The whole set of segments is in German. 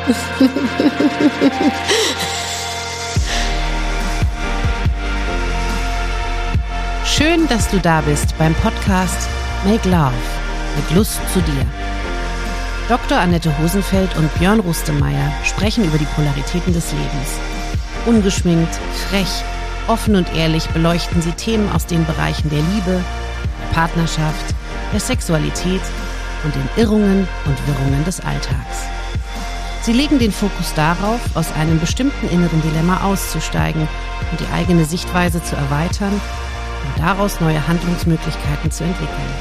Schön, dass du da bist beim Podcast Make Love mit Lust zu dir. Dr. Annette Hosenfeld und Björn Rustemeyer sprechen über die Polaritäten des Lebens. Ungeschminkt, frech, offen und ehrlich beleuchten sie Themen aus den Bereichen der Liebe, der Partnerschaft, der Sexualität und den Irrungen und Wirrungen des Alltags. Sie legen den Fokus darauf, aus einem bestimmten inneren Dilemma auszusteigen und die eigene Sichtweise zu erweitern und daraus neue Handlungsmöglichkeiten zu entwickeln.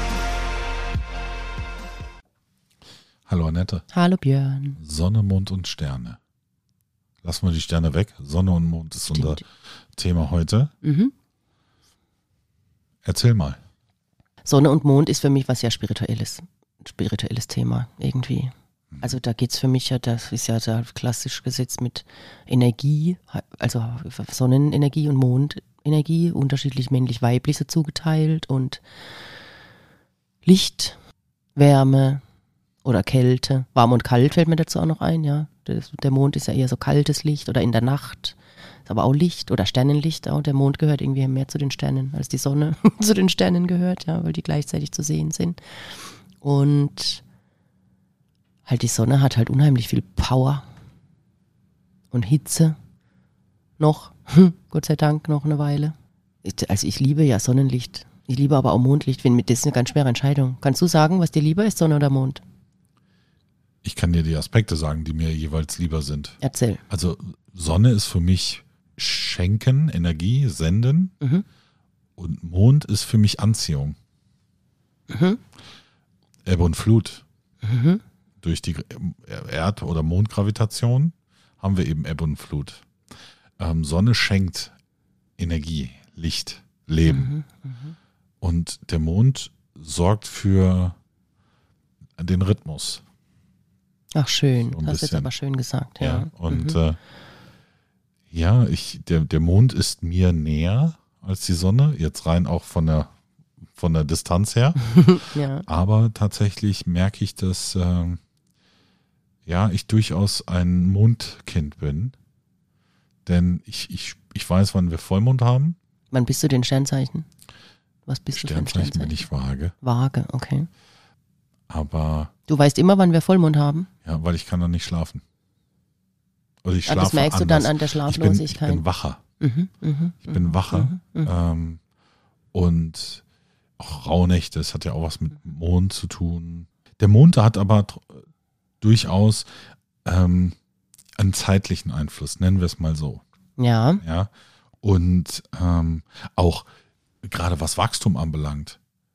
Hallo Annette. Hallo Björn. Sonne, Mond und Sterne. Lassen wir die Sterne weg. Sonne und Mond ist unser Thema heute. Mhm. Erzähl mal. Sonne und Mond ist für mich was sehr Spirituelles. Ein spirituelles Thema irgendwie. Also da geht es für mich ja, das ist ja da klassisch gesetzt mit Energie, also Sonnenenergie und Mondenergie, unterschiedlich männlich-weiblich so zugeteilt und Licht, Wärme oder Kälte. Warm und kalt fällt mir dazu auch noch ein, ja. Der Mond ist ja eher so kaltes Licht oder in der Nacht. Ist aber auch Licht oder Sternenlicht auch. Der Mond gehört irgendwie mehr zu den Sternen, als die Sonne zu den Sternen gehört, ja, weil die gleichzeitig zu sehen sind. Und halt die Sonne hat halt unheimlich viel Power und Hitze noch, Gott sei Dank noch eine Weile. Also ich liebe ja Sonnenlicht. Ich liebe aber auch Mondlicht. Das ist eine ganz schwere Entscheidung. Kannst du sagen, was dir lieber ist, Sonne oder Mond? Ich kann dir die Aspekte sagen, die mir jeweils lieber sind. Erzähl. Also Sonne ist für mich Schenken, Energie, Senden. Mhm. Und Mond ist für mich Anziehung. Mhm. Ebbe und Flut. Mhm. Durch die Erd- oder Mondgravitation haben wir eben Ebbe und Flut. Sonne schenkt Energie, Licht, Leben. Mhm. Und der Mond sorgt für den Rhythmus. Ach schön, so hast du jetzt aber schön gesagt. Ja. Und der Mond ist mir näher als die Sonne, jetzt rein auch von der Distanz her. Ja. Aber tatsächlich merke ich, dass ich durchaus ein Mondkind bin. Denn ich weiß, wann wir Vollmond haben. Wann bist du den Sternzeichen? Was bist du für ein Sternzeichen? Bin ich Waage. Waage, okay. Aber du weißt immer, wann wir Vollmond haben? Ja, weil ich kann dann nicht schlafen. Oder ich schlafe das merkst anders. Du dann an der Schlaflosigkeit? Ich bin wacher. Ich bin wacher. Und auch Rauhnächte, das hat ja auch was mit Mond zu tun. Der Mond hat aber durchaus einen zeitlichen Einfluss, nennen wir es mal so. Ja. Ja. Und auch gerade was Wachstum anbelangt.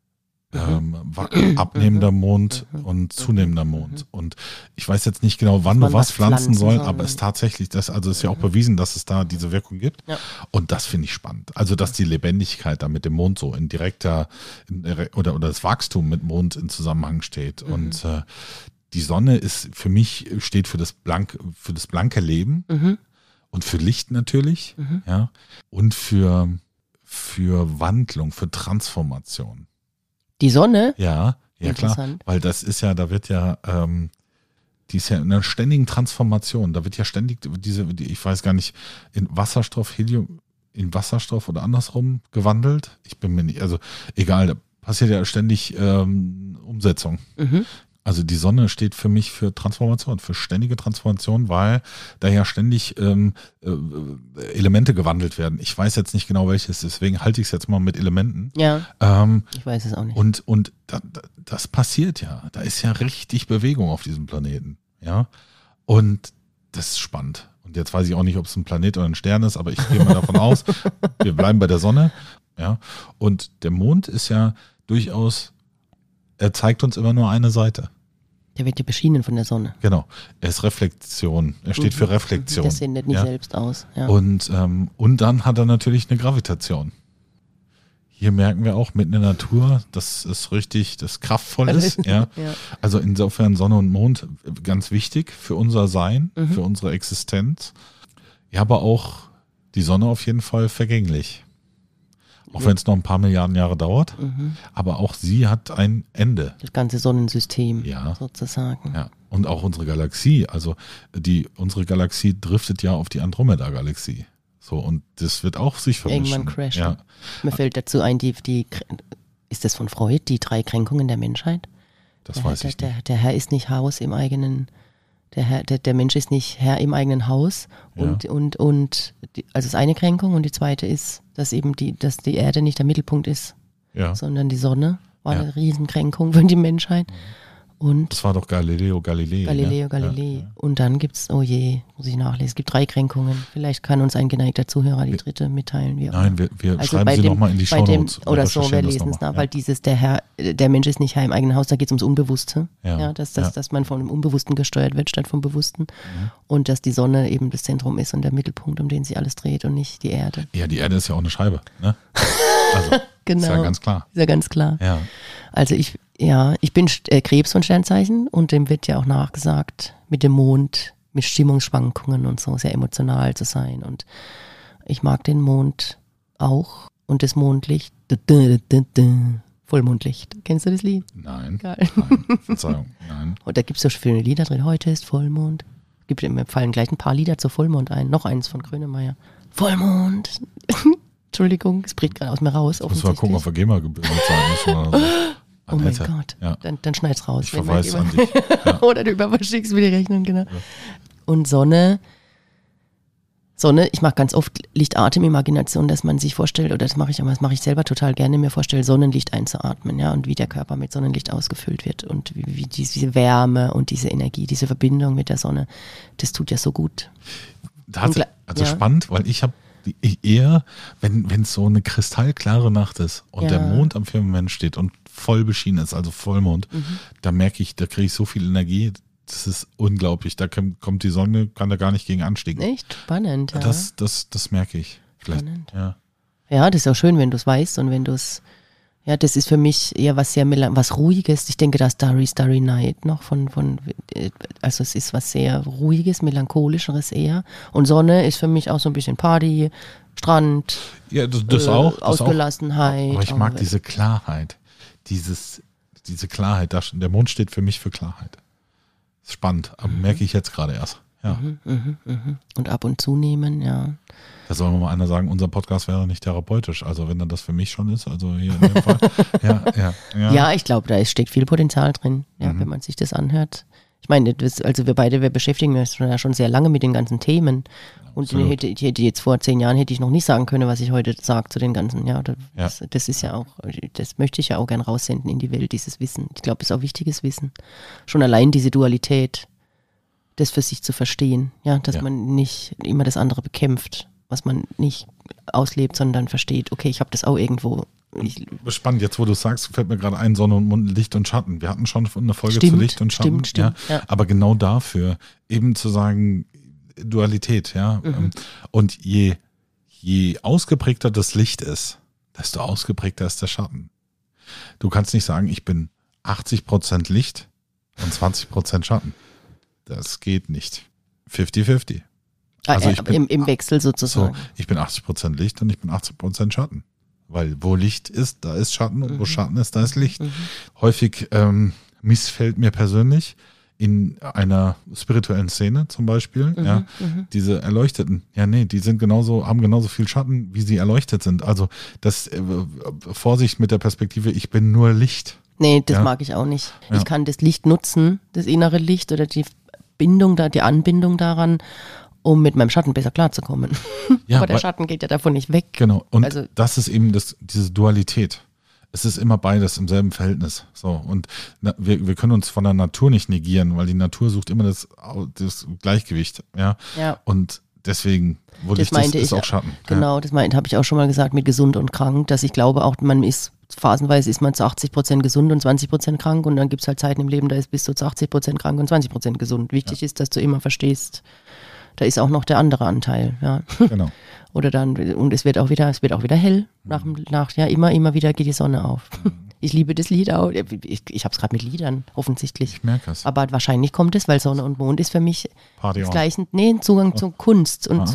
Abnehmender Mond und zunehmender Mond. Und ich weiß jetzt nicht genau, wann du was pflanzen soll, aber es ist tatsächlich, ist ja auch bewiesen, dass es da diese Wirkung gibt. Ja. Und das finde ich spannend. Also, dass die Lebendigkeit da mit dem Mond so in direkter oder das Wachstum mit Mond in Zusammenhang steht. Und die Sonne steht für das blanke Leben und für Licht natürlich, ja, und für Wandlung, für Transformation. Die Sonne? Ja, klar, weil das ist ja, die ist ja in einer ständigen Transformation. Da wird ja ständig ich weiß gar nicht, in Wasserstoff, Helium, in Wasserstoff oder andersrum gewandelt. Ich bin mir nicht, also egal, da passiert ja ständig Umsetzung. Mhm. Also die Sonne steht für mich für Transformation, für ständige Transformation, weil da ja ständig Elemente gewandelt werden. Ich weiß jetzt nicht genau welches, deswegen halte ich es jetzt mal mit Elementen. Ja, ich weiß es auch nicht. Und das passiert ja. Da ist ja richtig Bewegung auf diesem Planeten. Ja, und das ist spannend. Und jetzt weiß ich auch nicht, ob es ein Planet oder ein Stern ist, aber ich gehe mal davon aus, wir bleiben bei der Sonne. Ja, und der Mond ist ja durchaus, er zeigt uns immer nur eine Seite. Der wird ja beschienen von der Sonne. Genau. Er ist Reflexion. Er steht für Reflexion. Der sendet nicht selbst aus. Ja. Und dann hat er natürlich eine Gravitation. Hier merken wir auch mitten in der Natur, dass es richtig, das kraftvoll ist. Ja. Ja. Also insofern Sonne und Mond ganz wichtig für unser Sein, für unsere Existenz. Ja, aber auch die Sonne auf jeden Fall vergänglich. Auch wenn es noch ein paar Milliarden Jahre dauert. Aber auch sie hat ein Ende. Das ganze Sonnensystem sozusagen. Ja. Und auch unsere Galaxie, also unsere Galaxie driftet ja auf die Andromeda-Galaxie. So, und das wird auch sich vermischen. Irgendwann crashen. Ja. Mir fällt dazu ein, ist das von Freud, die 3 Kränkungen der Menschheit? Das weiß ich nicht. Der Herr ist nicht Haus im eigenen, der Mensch ist nicht Herr im eigenen Haus. Und also das eine Kränkung und die zweite ist, dass eben dass die Erde nicht der Mittelpunkt ist, sondern die Sonne war eine Riesenkränkung für die Menschheit. Und das war doch Galileo Galilei. Ja. Und dann gibt es, oh je, muss ich nachlesen, es gibt 3 Kränkungen. Vielleicht kann uns ein geneigter Zuhörer die dritte mitteilen. Nein, wir schreiben sie nochmal in die Shownotes. Oder so, wir lesen es nach, weil der Mensch ist nicht Herr im eigenen Haus, da geht es ums Unbewusste. Dass man vom Unbewussten gesteuert wird statt vom Bewussten. Und dass die Sonne eben das Zentrum ist und der Mittelpunkt, um den sich alles dreht und nicht die Erde. Ja, die Erde ist ja auch eine Scheibe, ne? Also, genau. Ist ja ganz klar. Ist ja ganz klar. Ja. Also ich bin Krebs von Sternzeichen und dem wird ja auch nachgesagt, mit dem Mond, mit Stimmungsschwankungen und so, sehr emotional zu sein. Und ich mag den Mond auch und das Mondlicht. Vollmondlicht. Kennst du das Lied? Nein. Geil. Nein. Verzeihung. Nein. Und da gibt es so schöne Lieder drin. Heute ist Vollmond. Mir fallen gleich ein paar Lieder zu Vollmond ein. Noch eins von Grönemeyer. Vollmond. Entschuldigung, es bricht gerade aus mir raus. Muss mal gucken, ob wir GEMA-Gebühren zahlen müssen oder so. Oh mein Gott, ja. dann schneid's raus. Ich verweise an dich. Ja. Oder du überschickst mir die Rechnung, genau. Ja. Und Sonne, ich mache ganz oft Licht-Atem-Imagination, dass man sich vorstellt, oder das mache ich selber total gerne, mir vorstelle, Sonnenlicht einzuatmen, ja, und wie der Körper mit Sonnenlicht ausgefüllt wird und wie diese Wärme und diese Energie, diese Verbindung mit der Sonne, das tut ja so gut. Spannend, weil ich habe eher, wenn es so eine kristallklare Nacht ist und der Mond am Firmament steht und voll beschienen ist, also Vollmond, da merke ich, da kriege ich so viel Energie, das ist unglaublich. Da kommt die Sonne, kann da gar nicht gegen anstiegen. Echt spannend, ja. Das merke ich. Vielleicht, spannend. Ja, das ist auch schön, wenn du es weißt und wenn du es, ja, das ist für mich eher was was Ruhiges. Ich denke, da Starry Night noch also es ist was sehr Ruhiges, Melancholischeres eher. Und Sonne ist für mich auch so ein bisschen Party, Strand, das auch. Ausgelassenheit. Aber ich mag diese Klarheit, diese Klarheit. Der Mond steht für mich für Klarheit. Ist spannend, aber merke ich jetzt gerade erst. Ja. Und ab und zu nehmen, ja. Da soll mal einer sagen, unser Podcast wäre nicht therapeutisch. Also wenn dann das für mich schon ist, also hier in dem Fall. Ja, ich glaube, da steckt viel Potenzial drin, wenn man sich das anhört. Ich meine, wir beschäftigen uns ja schon sehr lange mit den ganzen Themen. Und ich hätte jetzt vor 10 Jahren hätte ich noch nicht sagen können, was ich heute sage zu den ganzen. Das ist ja auch, das möchte ich ja auch gern raussenden in die Welt, dieses Wissen. Ich glaube, es ist auch wichtiges Wissen. Schon allein diese Dualität, das für sich zu verstehen, dass man nicht immer das andere bekämpft, was man nicht auslebt, sondern versteht, okay, ich habe das auch irgendwo. Spannend, jetzt wo du sagst, fällt mir gerade ein, Sonne und Mond, Licht und Schatten. Wir hatten schon eine Folge zu Licht und Schatten. Stimmt. Ja. Aber genau dafür, eben zu sagen, Dualität, ja. Und je ausgeprägter das Licht ist, desto ausgeprägter ist der Schatten. Du kannst nicht sagen, ich bin 80% Licht und 20% Schatten. Das geht nicht. 50-50. Also im Wechsel sozusagen. So, ich bin 80% Licht und ich bin 80% Schatten. Weil wo Licht ist, da ist Schatten und wo Schatten ist, da ist Licht. Häufig missfällt mir persönlich in einer spirituellen Szene zum Beispiel, diese Erleuchteten, die sind haben genauso viel Schatten, wie sie erleuchtet sind. Also das Vorsicht mit der Perspektive, ich bin nur Licht. Nee, das mag ich auch nicht. Ja. Ich kann das Licht nutzen, das innere Licht oder die Anbindung daran, um mit meinem Schatten besser klarzukommen. Ja, aber der Schatten geht ja davon nicht weg. Genau, und das ist eben diese Dualität. Es ist immer beides im selben Verhältnis. So, und wir können uns von der Natur nicht negieren, weil die Natur sucht immer das Gleichgewicht. Ja. Und deswegen, wo Licht ist auch Schatten. Genau, das habe ich auch schon mal gesagt mit gesund und krank, dass ich glaube auch, phasenweise ist man zu 80% gesund und 20% krank und dann gibt es halt Zeiten im Leben, da ist bis zu 80% krank und 20% gesund. Wichtig ist, dass du immer verstehst, da ist auch noch der andere Anteil, ja. Genau. Oder und es wird auch wieder hell. Immer wieder geht die Sonne auf. Ich liebe das Lied auch. Ich habe es gerade mit Liedern, offensichtlich. Ich merke es. Aber wahrscheinlich kommt es, weil Sonne und Mond ist für mich ein Zugang zu Kunst und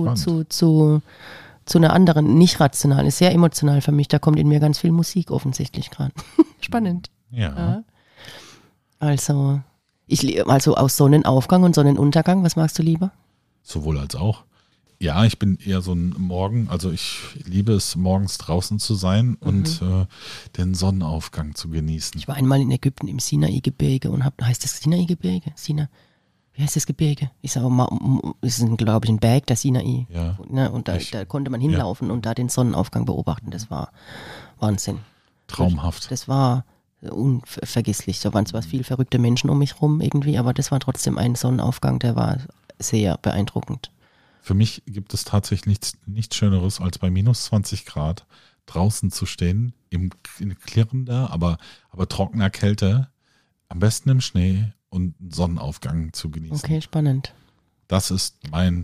zu einer anderen, nicht rationalen, ist sehr emotional für mich. Da kommt in mir ganz viel Musik offensichtlich gerade. Spannend. Ja. Also, Also aus Sonnenaufgang und Sonnenuntergang, was magst du lieber? Sowohl als auch. Ja, ich bin eher so ein also ich liebe es, morgens draußen zu sein und den Sonnenaufgang zu genießen. Ich war einmal in Ägypten im Sinai-Gebirge und heißt das Sinai-Gebirge? Wie heißt das Gebirge? Ich sage mal, es ist, glaube ich, ein Berg, der Sinai. Ja. Ne? Und da konnte man hinlaufen und da den Sonnenaufgang beobachten. Das war Wahnsinn. Traumhaft. Das war unvergesslich. Da waren zwar viele verrückte Menschen um mich rum irgendwie, aber das war trotzdem ein Sonnenaufgang, der war sehr beeindruckend. Für mich gibt es tatsächlich nichts Schöneres, als bei minus 20 Grad draußen zu stehen, in klirrender, aber trockener Kälte, am besten im Schnee und einen Sonnenaufgang zu genießen. Okay, spannend. Das ist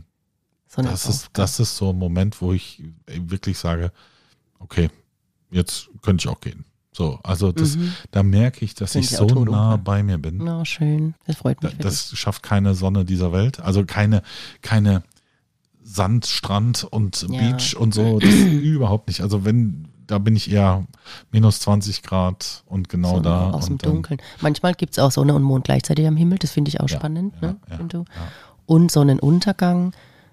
das ist so ein Moment, wo ich wirklich sage, okay, jetzt könnte ich auch gehen. So, also da merke ich, dass ich so nah bei mir bin. Na, schön. Das freut mich. Das schafft keine Sonne dieser Welt. Also keine Sand, Strand und Beach und so. Das überhaupt nicht. Also da bin ich eher minus 20 Grad und genau Sonne da. Aus dem Dunkeln. Manchmal gibt es auch Sonne und Mond gleichzeitig am Himmel. Das finde ich auch spannend. Und Sonnenuntergang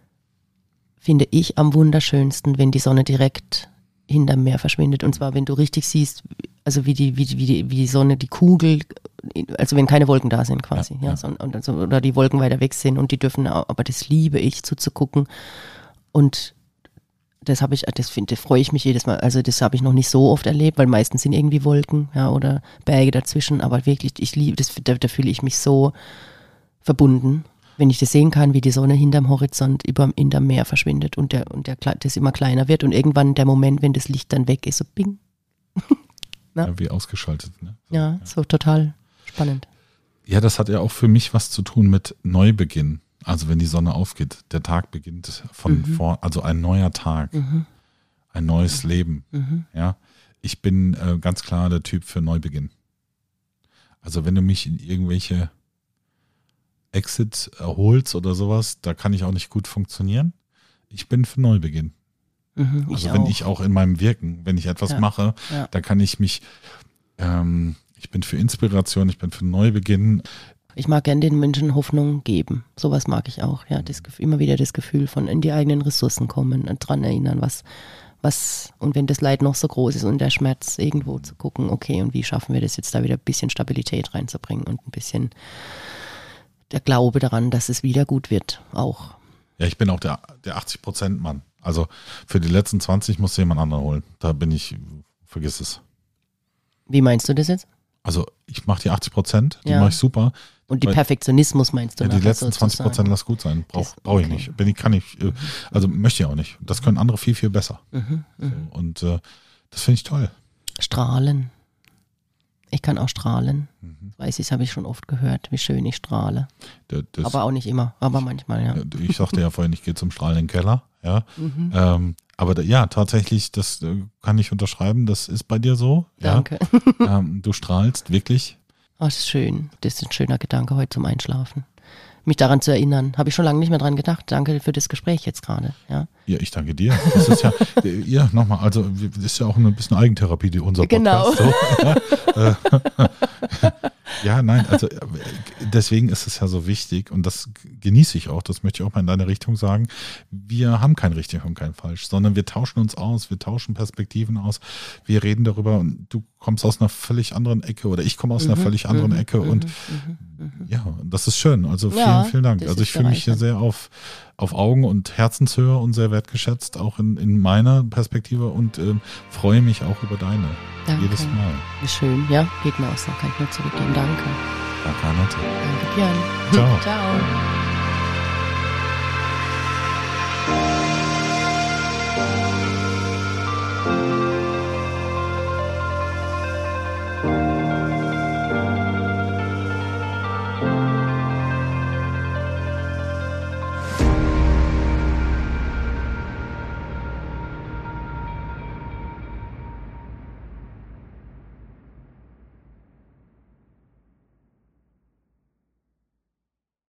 finde ich am wunderschönsten, wenn die Sonne direkt hinterm Meer verschwindet. Und zwar, wenn du richtig siehst, also wie die Sonne, die Kugel, also wenn keine Wolken da sind quasi, oder die Wolken weiter weg sind und die dürfen, aber das liebe ich, zuzugucken. Und das freue ich mich jedes Mal. Also das habe ich noch nicht so oft erlebt, weil meistens sind irgendwie Wolken, oder Berge dazwischen, aber wirklich, ich liebe das, da fühle ich mich so verbunden, wenn ich das sehen kann, wie die Sonne hinterm Horizont hinterm Meer verschwindet und das immer kleiner wird und irgendwann der Moment, wenn das Licht dann weg ist, so bing. Ja, wie ausgeschaltet. Ne? So total spannend. Ja, das hat ja auch für mich was zu tun mit Neubeginn. Also wenn die Sonne aufgeht, der Tag beginnt von vor, also ein neuer Tag, ein neues Leben. Ja, ich bin ganz klar der Typ für Neubeginn. Also wenn du mich in irgendwelche Exit holst oder sowas, da kann ich auch nicht gut funktionieren. Ich bin für Neubeginn. Also wenn ich auch in meinem Wirken, wenn ich etwas mache, da kann ich mich, ich bin für Inspiration, ich bin für Neubeginn. Ich mag gern den Menschen Hoffnung geben. Sowas mag ich auch. Ja, immer wieder das Gefühl von in die eigenen Ressourcen kommen, dran erinnern, was und wenn das Leid noch so groß ist und der Schmerz irgendwo zu gucken, okay, und wie schaffen wir das jetzt da wieder ein bisschen Stabilität reinzubringen und ein bisschen der Glaube daran, dass es wieder gut wird, auch. Ja, ich bin auch der 80%-Mann. Also für die letzten 20 musst du jemand anderen holen. Da bin ich, vergiss es. Wie meinst du das jetzt? Also ich mache die 80%, die mache ich super. Und die Perfektionismus meinst du? Ja, die letzten 20% lass gut sein. Brauche ich nicht. Also möchte ich auch nicht. Das können andere viel, viel besser. Und das finde ich toll. Strahlen. Ich kann auch strahlen. Weiß ich, habe ich schon oft gehört, wie schön ich strahle. Aber auch nicht immer, aber manchmal, ja. Ich sagte ja vorhin, ich gehe zum Strahlen in den Keller. Ja. Aber tatsächlich, das kann ich unterschreiben, das ist bei dir so. Danke. Ja. Du strahlst wirklich. Oh, das ist schön. Das ist ein schöner Gedanke heute zum Einschlafen. Mich daran zu erinnern. Habe ich schon lange nicht mehr dran gedacht. Danke für das Gespräch jetzt gerade. Ja, ich danke dir. Das ist ja, nochmal, also das ist ja auch ein bisschen Eigentherapie, unser Podcast. Genau. So. Ja, nein, also deswegen ist es ja so wichtig und das genieße ich auch, das möchte ich auch mal in deine Richtung sagen. Wir haben kein richtig und kein falsch, sondern wir tauschen uns aus, wir tauschen Perspektiven aus, wir reden darüber und du kommst aus einer völlig anderen Ecke oder ich komme aus einer völlig anderen Ecke und ja, das ist schön. Also vielen Dank. Also ich fühle mich hier sehr auf Augen- und Herzenshöhe und sehr wertgeschätzt, auch in meiner Perspektive und freue mich auch über deine. Danke. Jedes Mal. Wie schön, ja, geht mir auch so, kann ich nur zurückgeben. Danke. Danke, Annette. Danke, Björn. Ciao. Ciao.